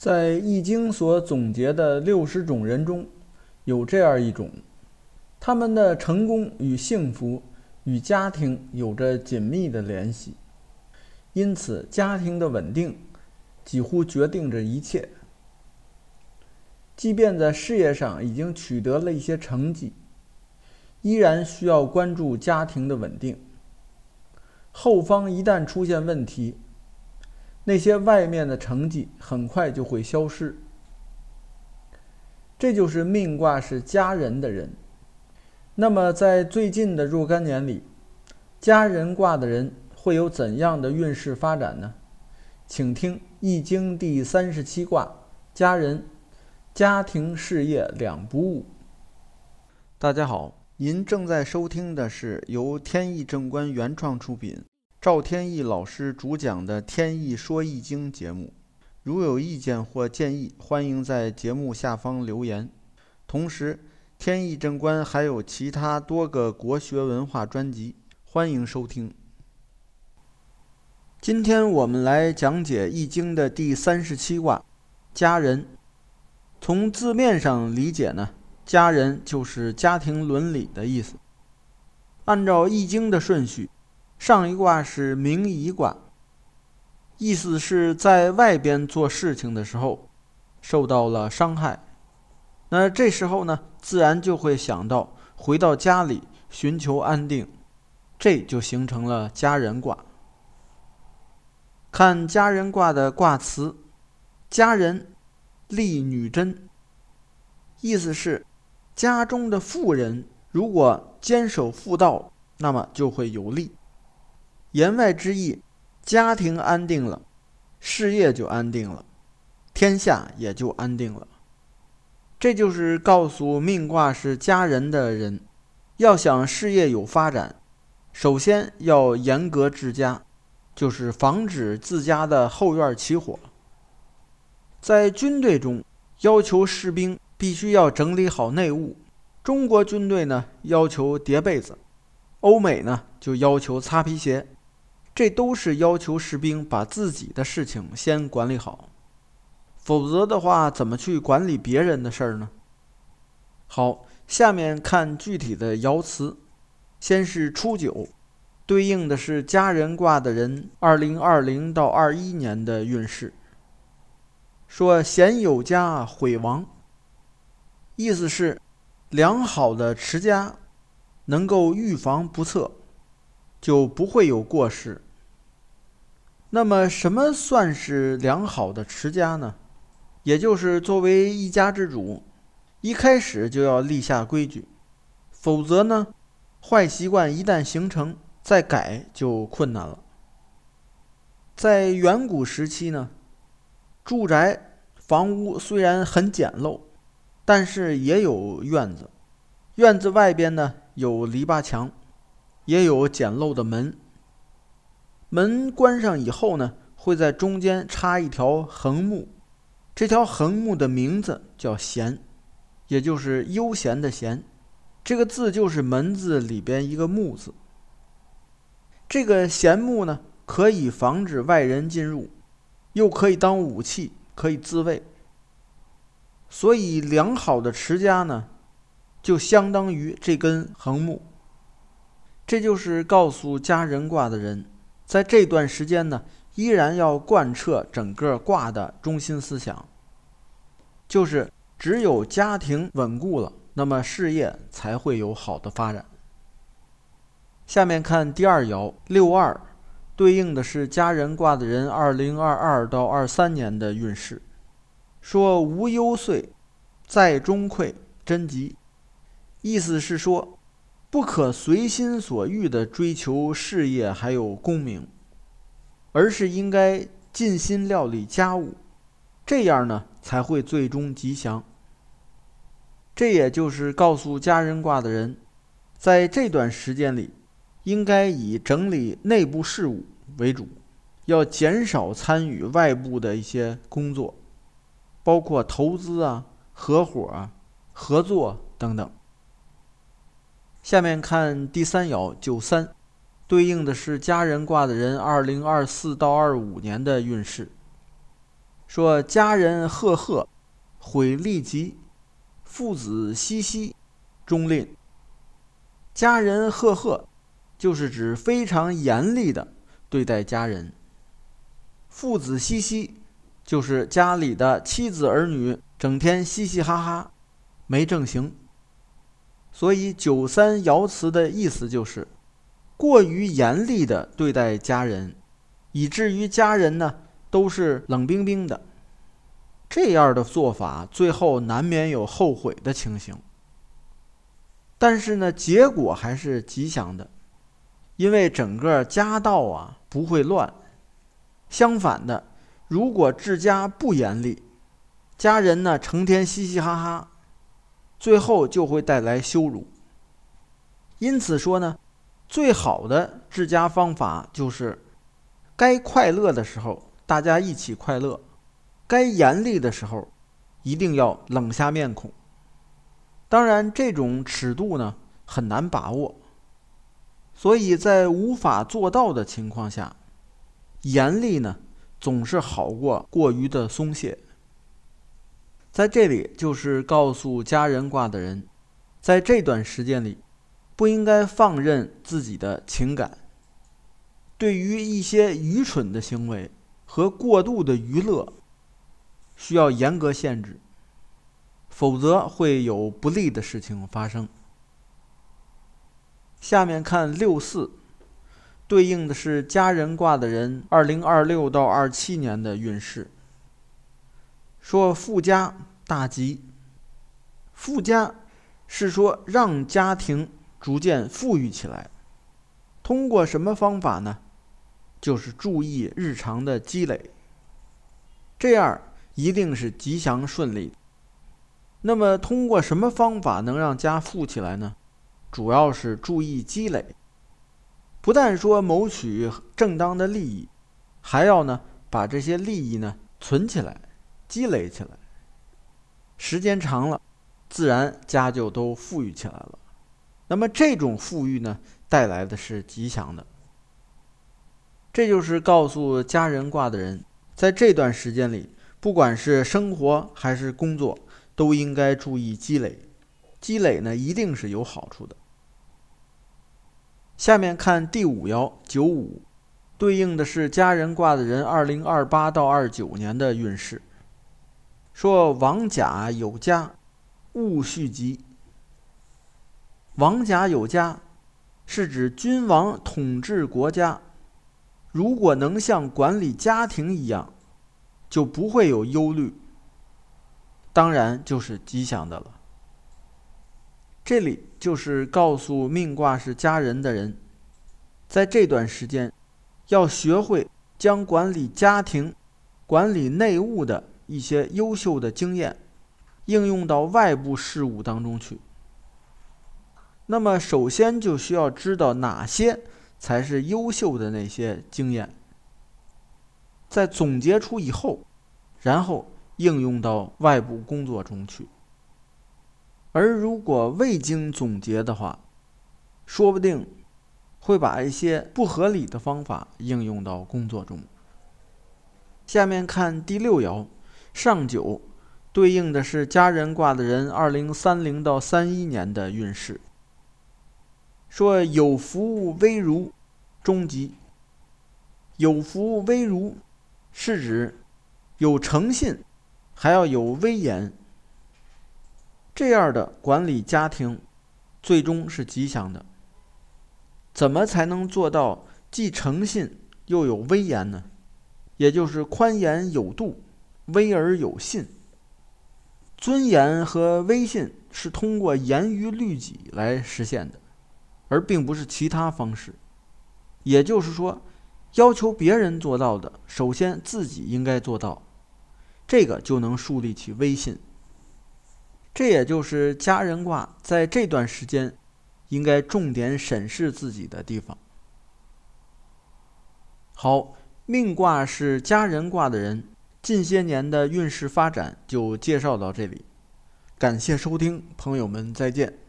在易经所总结的60种人中，有这样一种，他们的成功与幸福与家庭有着紧密的联系，因此家庭的稳定几乎决定着一切。即便在事业上已经取得了一些成绩，依然需要关注家庭的稳定。后方一旦出现问题，那些外面的成绩很快就会消失。这就是命卦是家人的人。那么在最近的若干年里，家人卦的人会有怎样的运势发展呢？请听易经第37卦家人，家庭事业两不误。大家好，您正在收听的是由天意正观原创出品，赵天意老师主讲的天意说易经节目。如有意见或建议，欢迎在节目下方留言。同时，天意正观还有其他多个国学文化专辑，欢迎收听。今天我们来讲解易经的第37卦家人。从字面上理解呢，家人就是家庭伦理的意思。按照易经的顺序，上一卦是明夷卦，意思是在外边做事情的时候受到了伤害，那这时候呢，自然就会想到回到家里寻求安定，这就形成了家人卦。看家人卦的卦辞，家人利女贞，意思是家中的妇人如果坚守妇道，那么就会有利。言外之意，家庭安定了，事业就安定了，天下也就安定了。这就是告诉命卦是家人的人，要想事业有发展，首先要严格治家，就是防止自家的后院起火。在军队中，要求士兵必须要整理好内务。中国军队呢，要求叠被子；欧美呢，就要求擦皮鞋。这都是要求士兵把自己的事情先管理好，否则的话，怎么去管理别人的事儿呢？好，下面看具体的爻辞。先是初九，对应的是家人卦的人2020到21年的运势。说贤有家毁亡，意思是良好的持家能够预防不测，就不会有过失。那么什么算是良好的持家呢？也就是作为一家之主，一开始就要立下规矩，否则呢，坏习惯一旦形成，再改就困难了。在远古时期呢，住宅房屋虽然很简陋，但是也有院子，院子外边呢有篱笆墙，也有简陋的门。门关上以后呢，会在中间插一条横木，这条横木的名字叫闲，也就是悠闲的闲。这个字就是门字里边一个木字。这个闲木呢，可以防止外人进入，又可以当武器，可以自卫。所以良好的持家呢，就相当于这根横木。这就是告诉家人卦的人，在这段时间呢，依然要贯彻整个卦的中心思想，就是只有家庭稳固了，那么事业才会有好的发展。下面看第二爻62，对应的是家人卦的人2022到23年的运势。说无忧岁，在中馈，贞吉，意思是说不可随心所欲地追求事业还有功名，而是应该尽心料理家务，这样呢才会最终吉祥。这也就是告诉家人卦的人，在这段时间里，应该以整理内部事务为主，要减少参与外部的一些工作，包括投资啊、合伙啊、合作等等。下面看第三爻93，对应的是家人卦的人2024到25年的运势。 说家人赫赫，毁利吉，父子熙熙，中吝。家人赫赫就是指非常严厉的对待家人，父子熙熙就是家里的妻子儿女整天嘻嘻哈哈，没正形。所以九三爻辞的意思就是过于严厉的对待家人，以至于家人呢都是冷冰冰的。这样的做法最后难免有后悔的情形，但是呢结果还是吉祥的，因为整个家道不会乱。相反的，如果治家不严厉，家人呢成天嘻嘻哈哈，最后就会带来羞辱。因此说呢，最好的治家方法就是该快乐的时候大家一起快乐，该严厉的时候一定要冷下面孔。当然这种尺度呢很难把握，所以在无法做到的情况下，严厉呢总是好过过于的松懈。在这里就是告诉家人卦的人，在这段时间里不应该放任自己的情感，对于一些愚蠢的行为和过度的娱乐需要严格限制，否则会有不利的事情发生。下面看六四，对应的是家人卦的人2026到27年的运势。说富家大吉，富家是说让家庭逐渐富裕起来，通过什么方法呢？就是注意日常的积累，这样一定是吉祥顺利。那么通过什么方法能让家富起来呢？主要是注意积累，不但说谋取正当的利益，还要呢把这些利益呢存起来，积累起来，时间长了自然家就都富裕起来了。那么这种富裕呢带来的是吉祥的。这就是告诉家人卦的人，在这段时间里，不管是生活还是工作，都应该注意积累，积累呢一定是有好处的。下面看第五爻95，对应的是家人卦的人2028到29年的运势。说王甲有家，勿续吉。王甲有家是指君王统治国家，如果能像管理家庭一样，就不会有忧虑，当然就是吉祥的了。这里就是告诉命卦是家人的人，在这段时间要学会将管理家庭、管理内务的一些优秀的经验应用到外部事务当中去。那么首先就需要知道哪些才是优秀的那些经验，在总结出以后，然后应用到外部工作中去。而如果未经总结的话，说不定会把一些不合理的方法应用到工作中。下面看第六爻上九，对应的是家人卦的人2030到31年的运势。说有福微如，中吉。有福微如是指有诚信，还要有威严，这样的管理家庭最终是吉祥的。怎么才能做到既诚信又有威严呢？也就是宽严有度，威而有信。尊严和威信是通过严于律己来实现的，而并不是其他方式。也就是说，要求别人做到的，首先自己应该做到，这个就能树立起威信。这也就是家人卦在这段时间应该重点审视自己的地方。好，命卦是家人卦的人近些年的运势发展就介绍到这里，感谢收听，朋友们再见。